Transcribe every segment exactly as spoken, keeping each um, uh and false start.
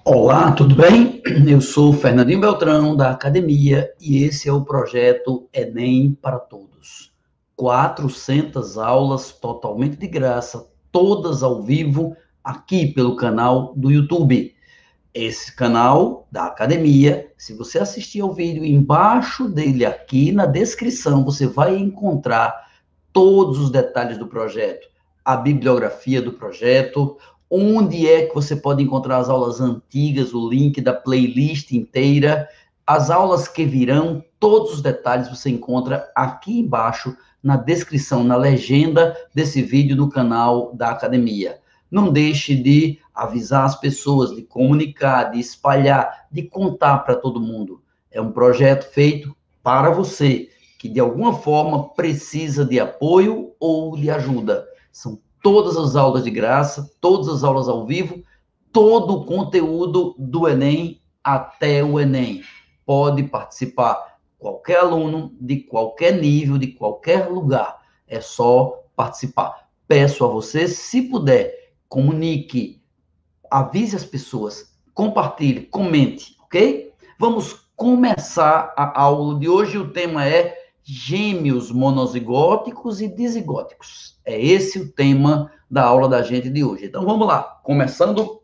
Olá, tudo bem? Eu sou Fernandinho Beltrão, da Academia, e esse é o projeto Enem para Todos. quatrocentas aulas totalmente de graça, todas ao vivo, aqui pelo canal do YouTube. Esse canal da Academia, se você assistir ao vídeo, embaixo dele, aqui na descrição, você vai encontrar todos os detalhes do projeto, a bibliografia do projeto, onde é que você pode encontrar as aulas antigas, o link da playlist inteira, as aulas que virão, todos os detalhes você encontra aqui embaixo na descrição, na legenda desse vídeo no canal da Academia. Não deixe de avisar as pessoas, de comunicar, de espalhar, de contar para todo mundo. É um projeto feito para você, que de alguma forma precisa de apoio ou de ajuda. São todas as aulas de graça, todas as aulas ao vivo, todo o conteúdo do Enem até o Enem. Pode participar qualquer aluno, de qualquer nível, de qualquer lugar. É só participar. Peço a você, se puder, comunique, avise as pessoas, compartilhe, comente, ok? Vamos começar a aula de hoje. O tema é gêmeos monozigóticos e dizigóticos. É esse o tema da aula da gente de hoje. Então vamos lá, começando.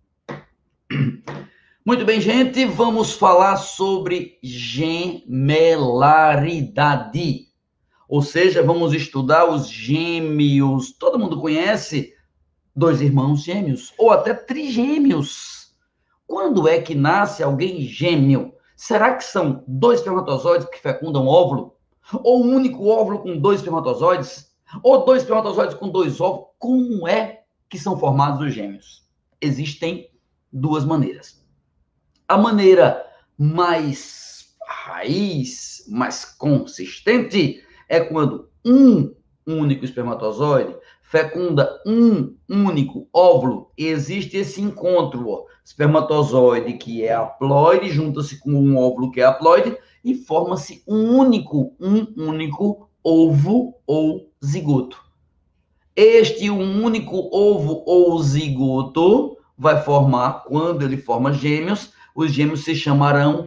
Muito bem, gente, vamos falar sobre gemelaridade. Ou seja, vamos estudar os gêmeos. Todo mundo conhece dois irmãos gêmeos ou até trigêmeos. Quando é que nasce alguém gêmeo? Será que são dois espermatozoides que fecundam óvulo? Ou um único óvulo com dois espermatozoides? Ou dois espermatozoides com dois óvulos? Como é que são formados os gêmeos? Existem duas maneiras. A maneira mais raiz, mais consistente, é quando um único espermatozoide fecunda um único óvulo e existe esse encontro, ó, espermatozoide que é haploide, junta-se com um óvulo que é haploide e forma-se um único, um único ovo ou zigoto. Este um único ovo ou zigoto vai formar, quando ele forma gêmeos, os gêmeos se chamarão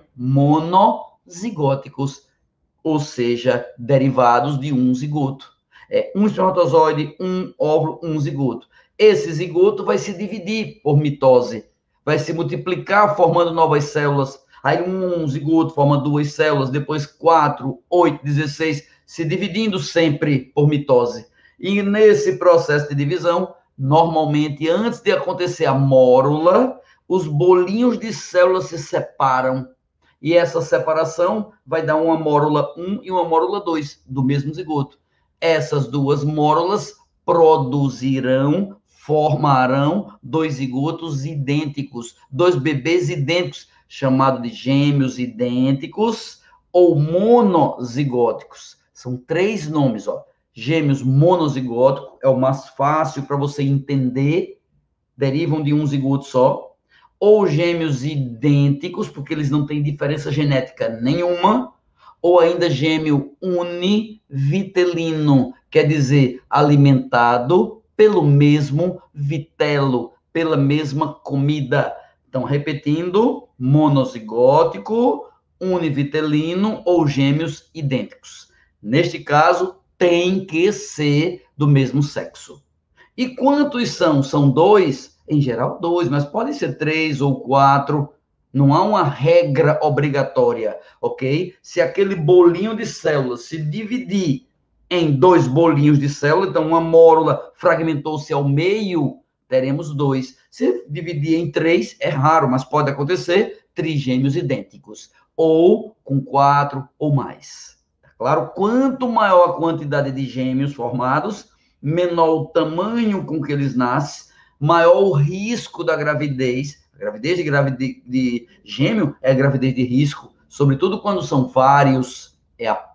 monozigóticos, ou seja, derivados de um zigoto. É um espermatozoide, um óvulo, um zigoto. Esse zigoto vai se dividir por mitose, vai se multiplicar formando novas células. Aí um zigoto forma duas células, depois quatro, oito, dezesseis, se dividindo sempre por mitose. E nesse processo de divisão, normalmente, antes de acontecer a mórula, os bolinhos de células se separam. E essa separação vai dar uma mórula um e uma mórula dois do mesmo zigoto. Essas duas mórulas produzirão, formarão dois zigotos idênticos, dois bebês idênticos, chamados de gêmeos idênticos ou monozigóticos. São três nomes, ó. Gêmeos monozigóticos é o mais fácil para você entender, derivam de um zigoto só. Ou gêmeos idênticos, porque eles não têm diferença genética nenhuma, ou ainda gêmeo univitelino, quer dizer, alimentado pelo mesmo vitelo, pela mesma comida. Então, repetindo, monozigótico, univitelino ou gêmeos idênticos. Neste caso, tem que ser do mesmo sexo. E quantos são? São dois? Em geral, dois, mas podem ser três ou quatro. Não há uma regra obrigatória, ok? Se aquele bolinho de células se dividir em dois bolinhos de célula, então uma mórula fragmentou-se ao meio, teremos dois. Se dividir em três, é raro, mas pode acontecer, trigêmeos idênticos. Ou com quatro ou mais. Tá claro? Quanto maior a quantidade de gêmeos formados, menor o tamanho com que eles nascem, maior o risco da gravidez. A gravidez de, gravidez de gêmeo é gravidez de risco, sobretudo quando são vários, é a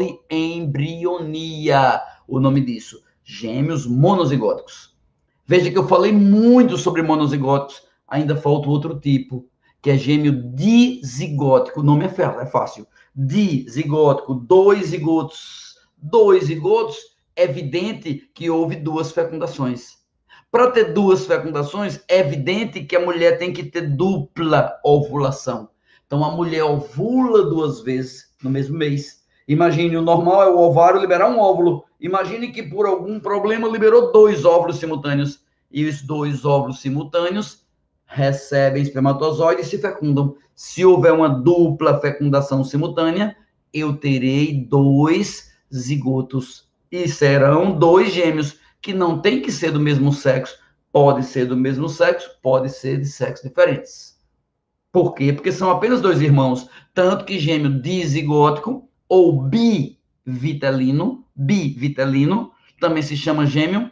poliembrionia, o nome disso, gêmeos monozigóticos. Veja que eu falei muito sobre monozigóticos, ainda falta outro tipo, que é gêmeo dizigótico, o nome é fácil, dizigótico, dois zigotos, dois zigotos, é evidente que houve duas fecundações. Para ter duas fecundações, é evidente que a mulher tem que ter dupla ovulação. Então, a mulher ovula duas vezes no mesmo mês. Imagine, o normal é o ovário liberar um óvulo. Imagine que por algum problema liberou dois óvulos simultâneos. E os dois óvulos simultâneos recebem espermatozoides e se fecundam. Se houver uma dupla fecundação simultânea, eu terei dois zigotos. E serão dois gêmeos, que não tem que ser do mesmo sexo. Pode ser do mesmo sexo, pode ser de sexos diferentes. Por quê? Porque são apenas dois irmãos. Tanto que gêmeo dizigótico ou bivitelino, bivitelino, também se chama gêmeo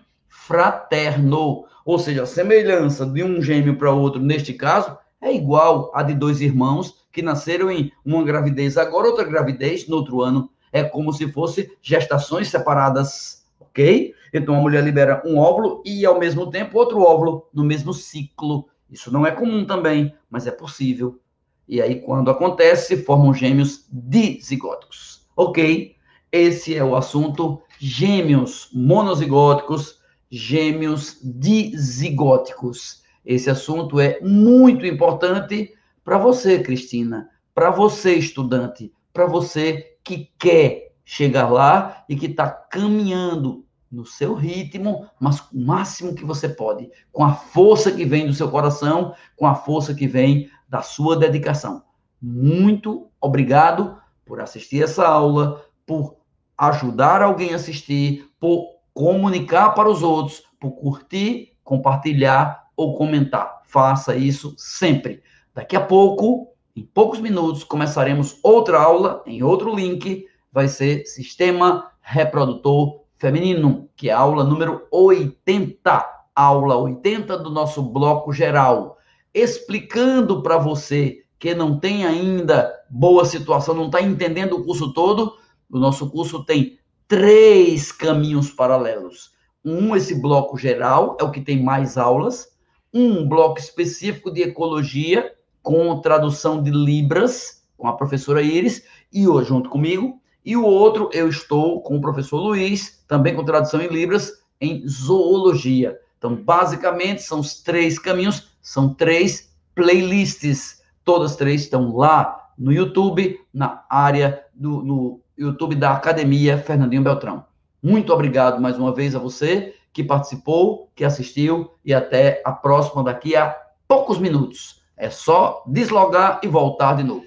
fraterno. Ou seja, a semelhança de um gêmeo para outro, neste caso, é igual à de dois irmãos que nasceram em uma gravidez agora, outra gravidez no outro ano. É como se fossem gestações separadas, ok? Então, a mulher libera um óvulo e, ao mesmo tempo, outro óvulo no mesmo ciclo. Isso não é comum também, mas é possível. E aí, quando acontece, formam gêmeos dizigóticos. Ok? Esse é o assunto gêmeos monozigóticos, gêmeos dizigóticos. Esse assunto é muito importante para você, Cristina, para você, estudante, para você que quer chegar lá e que está caminhando no seu ritmo, mas com o máximo que você pode, com a força que vem do seu coração, com a força que vem da sua dedicação. Muito obrigado por assistir essa aula, por ajudar alguém a assistir, por comunicar para os outros, por curtir, compartilhar ou comentar. Faça isso sempre. Daqui a pouco, em poucos minutos, começaremos outra aula em outro link. Vai ser Sistema Reprodutor Feminino, que é a aula número oitenta. Aula oitenta do nosso bloco geral. Explicando para você que não tem ainda boa situação, não está entendendo o curso todo, o nosso curso tem três caminhos paralelos. Um, esse bloco geral, é o que tem mais aulas. Um bloco específico de ecologia, com tradução de Libras, com a professora Iris, e hoje junto comigo. E o outro, eu estou com o professor Luiz, também com tradução em Libras, em zoologia. Então, basicamente, são os três caminhos, são três playlists. Todas três estão lá no YouTube, na área do no YouTube da Academia Fernandinho Beltrão. Muito obrigado mais uma vez a você que participou, que assistiu, e até a próxima daqui a poucos minutos. É só deslogar e voltar de novo.